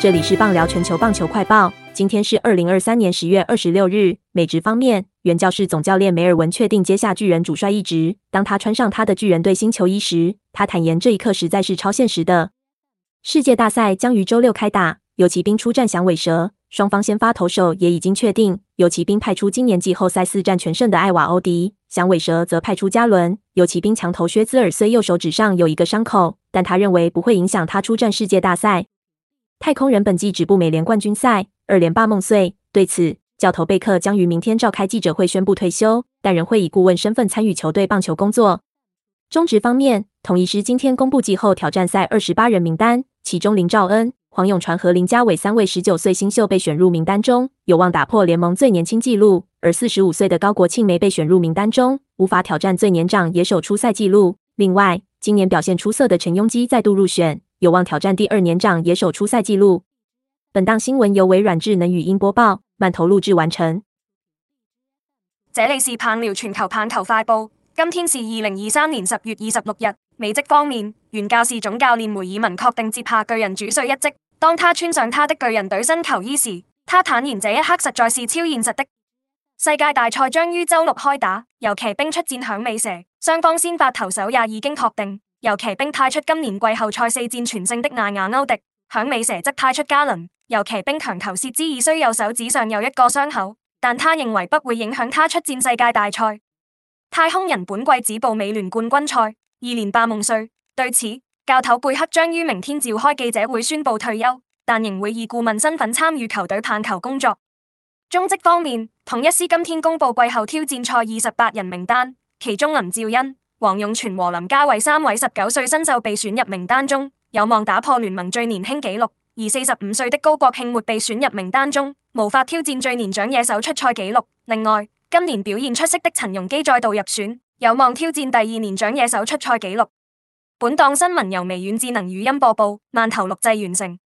这里是棒聊全球棒球快报，今天是2023年10月26日。美职方面，原教士总教练梅尔文确定接下巨人主帅一职。当他穿上他的巨人队新球衣时，他坦言这一刻实在是超现实的。世界大赛将于周六开打，游骑兵出战响尾蛇，双方先发投手也已经确定。游骑兵派出今年季后赛4战全胜的艾瓦欧迪，响尾蛇则派出加伦。游骑兵强投薛兹尔虽右手指上有一个伤口，但他认为不会影响他出战世界大赛。太空人本季止步美联冠军赛，2连霸梦碎。对此，教头贝克将于明天召开记者会宣布退休，但仍会以顾问身份参与球队棒球工作。中职方面，统一狮今天公布季后挑战赛28人名单，其中林兆恩、黄永传和林家伟3位19岁新秀被选入名单中，有望打破联盟最年轻纪录，而45岁的高国庆没被选入名单中，无法挑战最年长野手出赛纪录。另外，今年表现出色的陈庸基再度入选，有望挑战第2年长野手出赛纪录。本档新闻由微软智能语音播报，慢投錄製完成。 這裏是棒聊全球棒球快報，今天是2023年10月26日。美職方面，原教士總教練梅爾文確定接下巨人主帥一職。當他穿上他的巨人隊新球衣時，他坦言這一刻實在是超現實的。世界大賽將於周六開打，遊騎兵出戰響尾蛇，雙方先發投手也已經確定。遊騎兵派出今年季後賽4戰全勝的艾亞歐迪，響尾蛇則派出加倫。遊騎兵強投薛茲爾雖有手指上有一個傷口，但他認為不會影響他出戰世界大賽。太空人本季止步美聯冠軍賽，2連霸夢碎。對此，教頭貝克將於明天召開記者會宣布退休，但仍會以顧問身份參與球隊棒球工作。中職方面，統一獅今天公布季後挑戰賽28人名單，其中林兆恩、黃永傳和林家偉3位19歲新秀被選入名單中，有望打破聯盟最年輕紀錄。而45歲的高國慶沒被選入名單中，無法挑戰最年長野手出賽紀錄。另外，今年表現出色的陳鏞基再度入選，有望挑戰第2年長野手出賽紀錄。本檔新聞由微軟智能語音播報，慢投錄製完成。